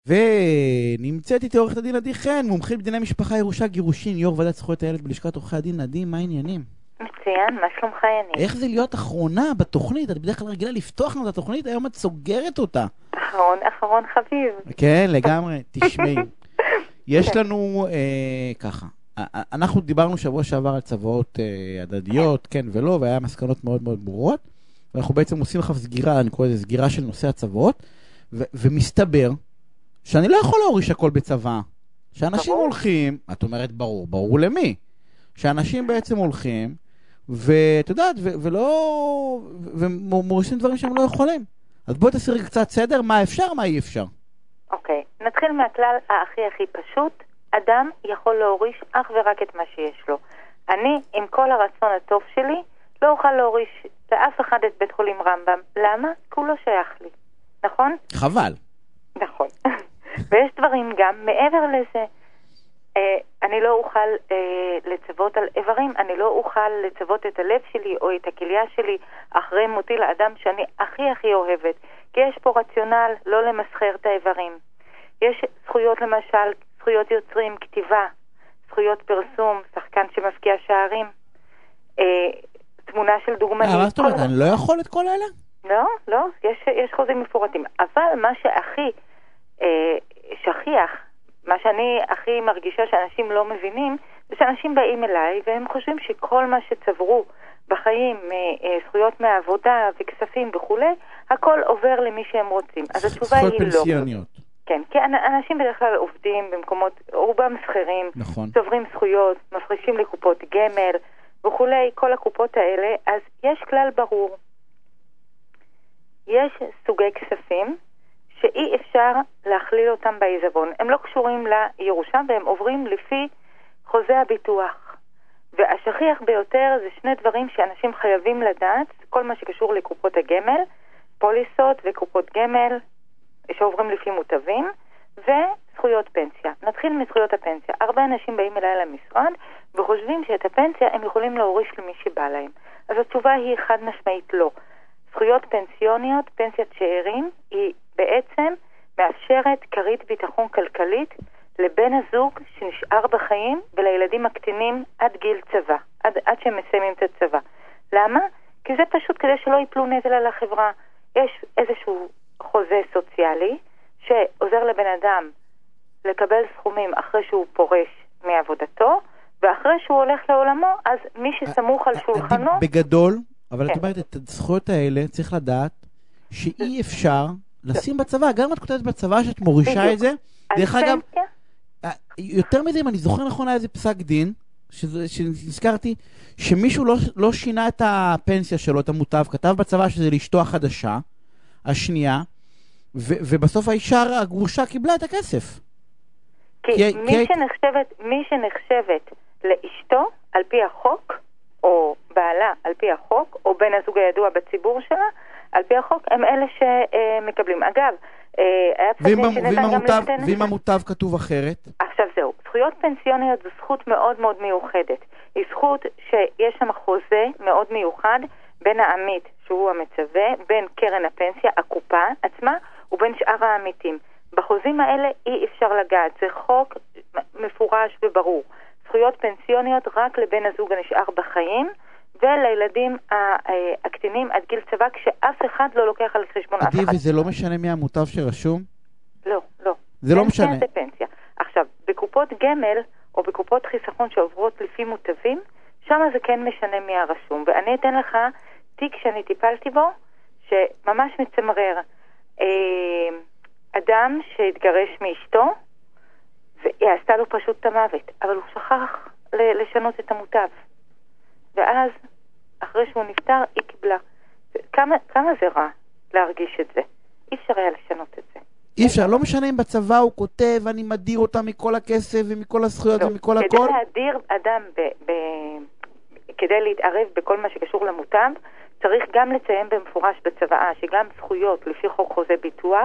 ונמצאת איתי עורכת הדין עדי חן, מומחית בדיני משפחה, ירושה, גירושין, יו"ר ועדת זכויות הילד בלשכת עורכי הדין. עדי, מה העניינים? מצוין, מה שלומך יניב? איך זה להיות אחרונה בתוכנית? את בדרך כלל רגילה לפתוח לנו את התוכנית, היום את סוגרת אותה. אחרון חביב. כן, לגמרי, תשמעי. יש לנו ככה, אנחנו דיברנו שבוע שעבר על צוואות הדדיות, כן ולא, והיה מסקנות מאוד מאוד ברורות, ואנחנו בעצם עושים לך סגירה, אני קורא לזה סגירה של נושא הצוואות, ומסתבר שאני לא יכול להוריש הכל בצבא. שאנשים הולכים, את אומרת ברור למי? שאנשים בעצם הולכים, ואת יודעת, ומורישים דברים שהם לא יכולים. אז בואי תעשי רגע קצת סדר, מה אפשר, מה אי אפשר. אוקיי, נתחיל מהכלל הכי פשוט. אדם יכול להוריש אך ורק את מה שיש לו. אני, עם כל הרצון הטוב שלי, לא אוכל להוריש לאף אחד את בית חולים רמב"ם. למה? כי הוא לא שייך לי. נכון? חבל. נכון. ויש דברים גם מעבר לזה. אני לא אוכל לצוות על איברים, אני לא אוכל לצוות את הלב שלי או את הכליה שלי אחרי מותי לאדם שאני הכי אוהבת. כי יש פה רציונל לא למסחר את האיברים. יש זכויות למשל, זכויות יוצרים, כתיבה, זכויות פרסום, שחקן שמפקיע שערים, תמונה של דוגמנית. מה זאת אומרת? אני לא יכול את כל אלה? לא, יש חוזים מפורטים. אבל מה שהכי שכיח, מה שאני הכי מרגישה שאנשים לא מבינים, זה שאנשים באים אליי והם חושבים שכל מה שצברו בחיים, זכויות מהעבודה וכספים וכו', הכל עובר למי שהם רוצים. אז התשובה היא לא. זכויות פנסיוניות. כן, כי אנשים בדרך כלל עובדים במקומות, רובם שכירים, נכון. צוברים זכויות, מפרישים לקופות גמל וכו', כל הקופות האלה. אז יש כלל ברור. יש סוגי כספים שאי אפשר להכליל אותם בעיזבון. הם לא קשורים לירושה והם עוברים לפי חוזה הביטוח. והשכיח ביותר זה שני דברים שאנשים חייבים לדעת, כל מה שקשור לקופות הגמל, פוליסות וקופות גמל שעוברים לפי מוטבים, וזכויות פנסיה. נתחיל מזכויות הפנסיה. הרבה אנשים באים אליי למשרד וחושבים שאת הפנסיה הם יכולים להוריש למי שבא להם. אז התשובה היא חד משמעית לא. זכויות פנסיוניות, פנסיית שאירים, היא בעצם מאפשרת כרית ביטחון כלכלית לבן הזוג שנשאר בחיים ולילדים הקטינים עד גיל צבא, עד שהם מסיימים את הצבא. למה? כי זה פשוט כדי שלא ייפלו נטל על החברה. יש איזשהו חוזה סוציאלי שעוזר לבן אדם לקבל סכומים אחרי שהוא פורש מעבודתו, ואחרי שהוא הולך לעולמו, אז מי שסמוך על שולחנו... בגדול, אבל את אומרת, את הזכויות האלה צריך לדעת שאי אפשר לשים בצבא, גם אם את כותבת בצבא שאת מורישה את זה, דרך אגב, יותר מזה, אם אני זוכר נכון היה איזה פסק דין, שנזכרתי, שמישהו לא שינה את הפנסיה שלו, את המוטב, כתב בצבא שזה לאשתו החדשה, השנייה, ובסוף האישה הגרושה קיבלה את הכסף. כי מי שנחשבת לאשתו על פי החוק, או בעלה על פי החוק, או בן הזוג הידוע בציבור שלה, על פי החוק, הם אלה שמקבלים. אגב, ואם המוטב כתוב אחרת? עכשיו זהו, זכויות פנסיוניות זו זכות מאוד מאוד מיוחדת. היא זכות שיש שם חוזה מאוד מיוחד בין העמית, שהוא המצווה, בין קרן הפנסיה, הקופה עצמה, ובין שאר העמיתים. בחוזים האלה אי אפשר לגעת, זה חוק מפורש וברור. זכויות פנסיוניות רק לבן הזוג הנשאר בחיים, ולילדים הקטינים עד גיל צבא, כשאף אחד לא לוקח על חשבון אף אחד. וזה לא משנה מי המוטב שרשום? לא. זה לא משנה. זה פנסיה. עכשיו, בקופות גמל, או בקופות חיסכון שעוברות לפי מוטבים, שם זה כן משנה מי הרשום. ואני אתן לך תיק שאני טיפלתי בו, שממש מצמרר. אדם שהתגרש מאשתו, והיא עשתה לו פשוט את המוות, אבל הוא שכח לשנות את המוטב. ואז, אחרי שהוא נפטר, היא קיבלה. כמה זה רע להרגיש את זה? אי אפשר היה לשנות את זה. אי אפשר, לא משנה אם בצבא הוא כותב, אני מדיר אותה מכל הכסף ומכל הזכויות ומכל הכל. כדי להדיר אדם, כדי להתערב בכל מה שקשור למוטב, צריך גם לציין במפורש בצבאה שגם זכויות לפי חוק חוזה ביטוח,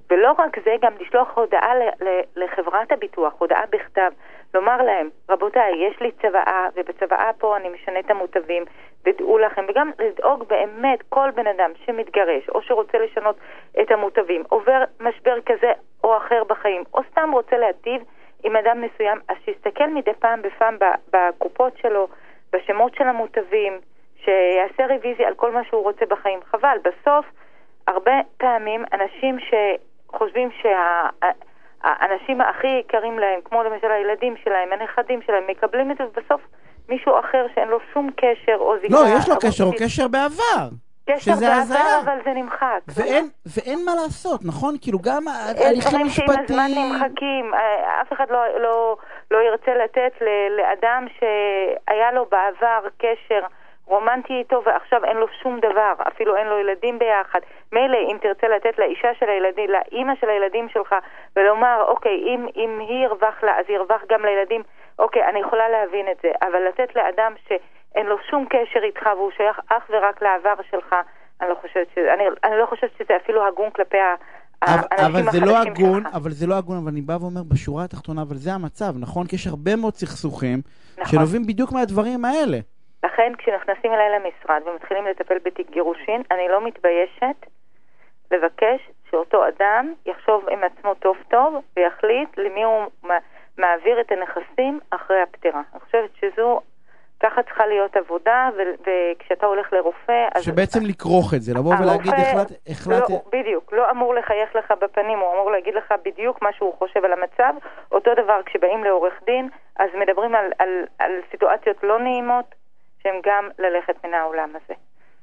ולא רק זה, גם לשלוח הודעה לחברת הביטוח, הודעה בכתב, לומר להם, רבותיי, יש לי צוואה, ובצוואה פה אני משנה את המוטבים, ודעו לכם, וגם לדאוג באמת כל בן אדם שמתגרש, או שרוצה לשנות את המוטבים, עובר משבר כזה או אחר בחיים, או סתם רוצה להטיב עם אדם מסוים, אז שיסתכל מדי פעם בפעם בקופות שלו, בשמות של המוטבים, שיעשה רוויזיה על כל מה שהוא רוצה בחיים. חבל, בסוף, הרבה פעמים אנשים שחושבים האנשים הכי יקרים להם, כמו למשל הילדים שלהם, הנכדים שלהם, מקבלים את זה, ובסוף מישהו אחר שאין לו שום קשר או זיקה. לא, יש לו קשר, או קשר בעבר. קשר בעבר, אבל זה נמחק. ואין מה לעשות, נכון? כאילו גם הליכים משפטיים... שעם הזמן נמחקים, אף אחד לא ירצה לתת לאדם שהיה לו בעבר קשר רומנטי איתו, ועכשיו אין לו שום דבר, אפילו אין לו ילדים ביחד. מילא אם תרצה לתת לאישה של הילדים, לאמא של הילדים שלך, ולומר, אוקיי, אם היא ירווח לה, אז ירווח גם לילדים, אוקיי, אני יכולה להבין את זה, אבל לתת לאדם שאין לו שום קשר איתך, והוא שייך אך ורק לעבר שלך, אני לא חושבת שזה אפילו הגון כלפי האנשים החדשים שלך. אבל זה לא הגון, אבל אני בא ואומר, בשורה התחתונה, אבל זה המצב, נכון? כי יש הרבה מאוד סכסוכים, שנובעים בדיוק מהדברים האלה. לכן, כשנכנסים אליי למשרד ומתחילים לטפל בתיק גירושין, אני לא מתביישת לבקש שאותו אדם יחשוב עם עצמו טוב טוב ויחליט למי הוא מעביר את הנכסים אחרי הפטירה. אני חושבת שזו, ככה צריכה להיות עבודה, וכשאתה הולך לרופא... שבעצם לקרוח את זה, לבוא ולהגיד החלט... לא, בדיוק, לא אמור לחייך לך בפנים, הוא אמור להגיד לך בדיוק מה שהוא חושב על המצב. אותו דבר, כשבאים לעורך דין, אז מדברים על סיטואציות לא נעימות, שהם גם ללכת מן העולם הזה.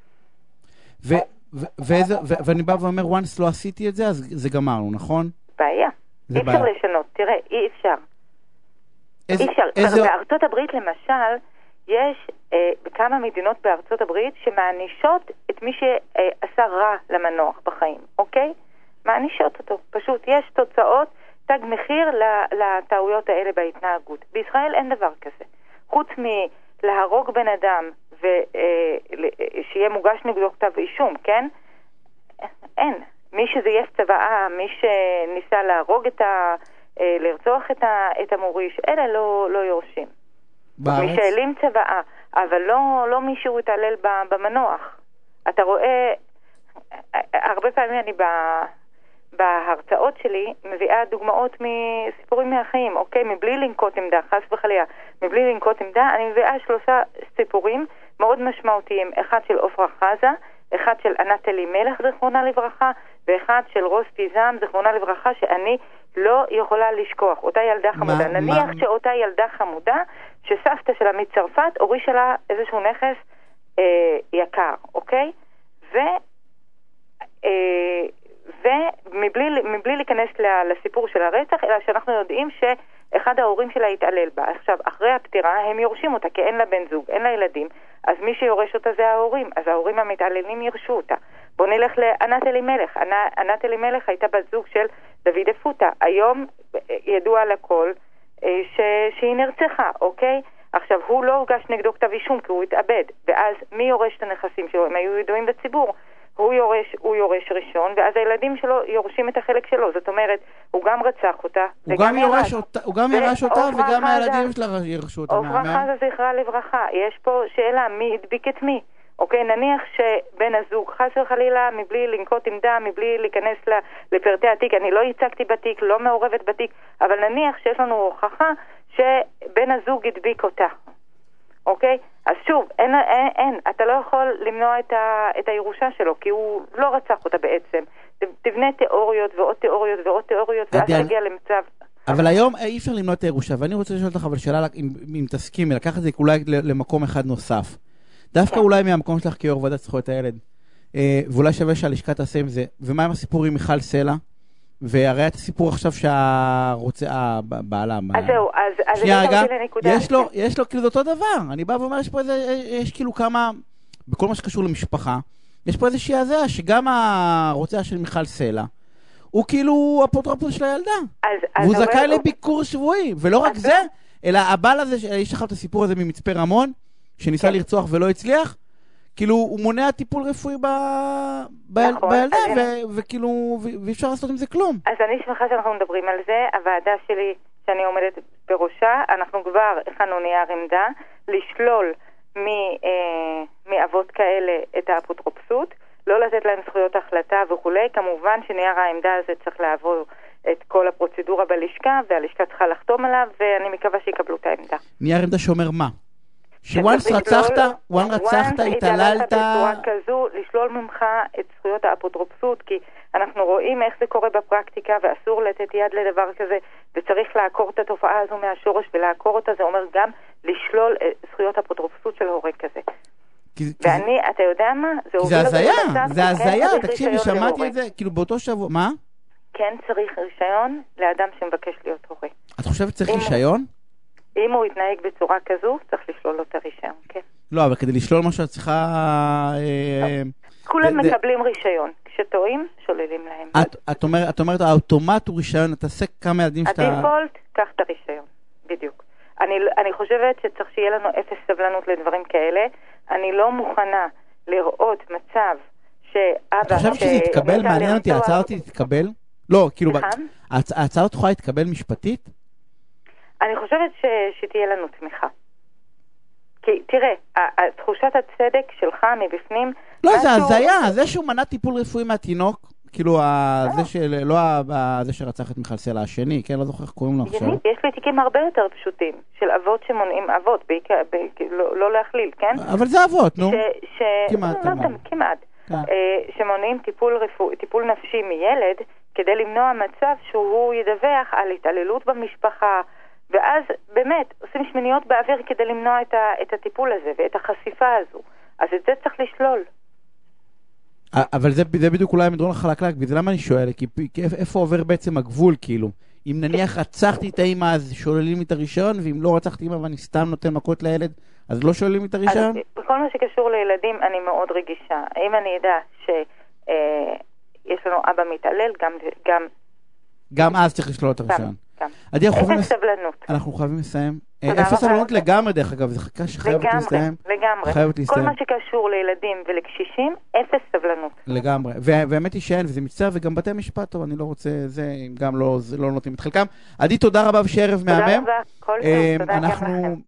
ואני בא ואומר, once לא עשיתי את זה, אז זה גמרנו, נכון? בעיה. אי אפשר לשנות. תראה, אי אפשר. אי אפשר. בארצות הברית, למשל, יש בכמה מדינות בארצות הברית שמענישות את מי שעשה רע למנוח בחיים, אוקיי? מענישות אותו. פשוט יש תוצאות, תג מחיר לטעויות האלה בהתנהגות. בישראל אין דבר כזה. חוץ להרוג בן אדם ושיהיה מוגש נגדו כתב אישום, כן? אין. מי שזה יש צוואה, מי שניסה להרוג לרצוח את המוריש, אלה לא יורשים. מי שאלים צוואה, אבל לא מישהו התעלל במנוח. אתה רואה, הרבה פעמים אני בהרצאות שלי מביאה דוגמאות מסיפורים מהחיים, אוקיי? מבלי לנקוט עמדה, חס וחלילה, מבלי לנקוט עמדה, אני מביאה 3 סיפורים מאוד משמעותיים, אחד של עופרה חזה, אחד של ענת אלימלך זכרונה לברכה, ואחד של רוס פיזם זכרונה לברכה, שאני לא יכולה לשכוח. אותה ילדה חמודה. נניח שאותה ילדה חמודה, שסבתא שלה מצרפת, הורישה לה איזשהו נכס יקר, אוקיי? ומבלי להיכנס לסיפור של הרצח, אלא שאנחנו יודעים שאחד ההורים שלה התעלל בה. עכשיו, אחרי הפטירה הם יורשים אותה, כי אין לה בן זוג, אין לה ילדים, אז מי שיורש אותה זה ההורים, אז ההורים המתעללים ירשו אותה. בוא נלך לענת אלימלך. ענת אלימלך הייתה בת זוג של דוד אפוטה. היום ידוע לכל שהיא נרצחה, אוקיי? עכשיו, הוא לא הוגש נגדו כתב אישום כי הוא התאבד, ואז מי יורש את הנכסים שלו? הם היו ידועים בציבור. הוא יורש ראשון, ואז הילדים שלו יורשים את החלק שלו. זאת אומרת, הוא גם רצח אותה, הוא גם ירש אותה וגם הילדים שלה ירשו אותה. עופרה חזה זכרה לברכה. יש פה שאלה, מי הדביק את מי? אוקיי, נניח שבן הזוג חס וחלילה, מבלי לנקוט עמדה, מבלי להיכנס לפרטי התיק, אני לא ייצגתי בתיק, לא מעורבת בתיק, אבל נניח שיש לנו הוכחה שבן הזוג הדביק אותה. אוקיי? אז שוב, אין, אתה לא יכול למנוע את הירושה שלו, כי הוא לא רצח אותה בעצם. תבנה תיאוריות ועוד תיאוריות ועוד תיאוריות, ואז תגיע למצב... אבל היום אי אפשר למנוע את הירושה, ואני רוצה לשאול אותך, אבל שאלה, אם תסכימי, לקחת את זה אולי למקום אחד נוסף. דווקא אולי מהמקום שלך כיו"ר ועדת זכויות הילד, ואולי שווה שהלשכה תעשה עם זה, ומה עם הסיפור עם מיכל סלע? והרי את הסיפור עכשיו שהרוצה, בעלה... אז זהו, אז שנייה רגע, יש לו כאילו אותו דבר, אני בא ואומר, יש פה איזה, יש כאילו כמה, בכל מה שקשור למשפחה, יש פה איזושהי הזיה, שגם הרוצה של מיכל סלע, הוא כאילו אפוטרופוס של הילדה, והוא זכאי לביקור שבועי, ולא רק זה, אלא הבעל הזה, יש לך את הסיפור הזה ממצפה רמון, שניסה לרצוח ולא הצליח, כאילו, הוא מונע טיפול רפואי בילדה, וכאילו, ואי אפשר לעשות עם זה כלום. אז אני שמחה שאנחנו מדברים על זה. הוועדה שלי, שאני עומדת בראשה, אנחנו כבר הכנו נייר עמדה, לשלול מאבות כאלה את האפוטרופסות, לא לתת להם זכויות החלטה וכולי. כמובן שנייר העמדה הזה צריך לעבור את כל הפרוצדורה בלשכה, והלשכה צריכה לחתום עליו, ואני מקווה שיקבלו את העמדה. נייר עמדה שאומר מה? שוואנס רצחת, התעללת... בצורה כזו, לשלול ממך את זכויות האפוטרופסות, כי אנחנו רואים איך זה קורה בפרקטיקה, ואסור לתת יד לדבר כזה, וצריך לעקור את התופעה הזו מהשורש, ולעקור אותה, זה אומר גם לשלול זכויות האפוטרופסות של הורה כזה. ואני, אתה יודע מה? זה הזיה, זה הזיה, תקשיבי, שמעתי את זה, כאילו באותו שבוע, מה? כן צריך רישיון לאדם שמבקש להיות הורה. את חושבת צריך רישיון? אם הוא יתנהג בצורה כזו, צריך לשלול לו את הרישיון, כן. לא, אבל כדי לשלול משהו את צריכה... כולם מקבלים רישיון. כשטועים, שוללים להם. את אומרת, האוטומט הוא רישיון, אתה עושה כמה ילדים שאתה... הדיפולט, קח את הרישיון, בדיוק. אני חושבת שצריך שיהיה לנו אפס סבלנות לדברים כאלה. אני לא מוכנה לראות מצב שאבא... את חושבת שזה יתקבל? מעניין אותי, ההצעה אותי תתקבל? לא, כאילו, ההצעה אותך יכולה להתקבל משפטית? אני חושבת שתהיה לנו תמיכה. כי תראה, תחושת הצדק שלך מבפנים... לא, זה הזיה, זה שהוא מנע טיפול רפואי מהתינוק, כאילו, זה שרצח את מיכל סלע השני, כן? לא זוכר איך קוראים לו עכשיו. יש לי תיקים הרבה יותר פשוטים, של אבות שמונעים אבות, לא להכליל, כן? אבל זה אבות, נו. כמעט. שמונעים טיפול נפשי מילד, כדי למנוע מצב שהוא ידווח על התעללות במשפחה, ואז באמת עושים שמיניות באוויר כדי למנוע את הטיפול הזה ואת החשיפה הזו. אז את זה צריך לשלול. אבל זה בדיוק אולי מדרון החלקלק, בגלל למה אני שואל? כי איפה עובר בעצם הגבול, כאילו? אם נניח רצחתי את האמא, אז שוללים את הרישיון, ואם לא רצחתי אמא ואני סתם נותן מכות לילד, אז לא שוללים את הרישיון? בכל מה שקשור לילדים אני מאוד רגישה. אם אני יודע שיש לנו אבא מתעלל, גם אז צריך לשלול את הרישיון. אפס סבלנות. אנחנו חייבים לסיים. אפס סבלנות לגמרי, דרך אגב, זו חקיקה שחייבת להסתיים. לגמרי. כל מה שקשור לילדים ולקשישים, אפס סבלנות. לגמרי. והאמת היא שאין, וזה מצטער, וגם בתי משפט, טוב, אני לא רוצה, זה גם לא נותנים את חלקם. עדי, תודה רבה ושערב מהמם. תודה רבה. כל טוב, תודה גם לכם.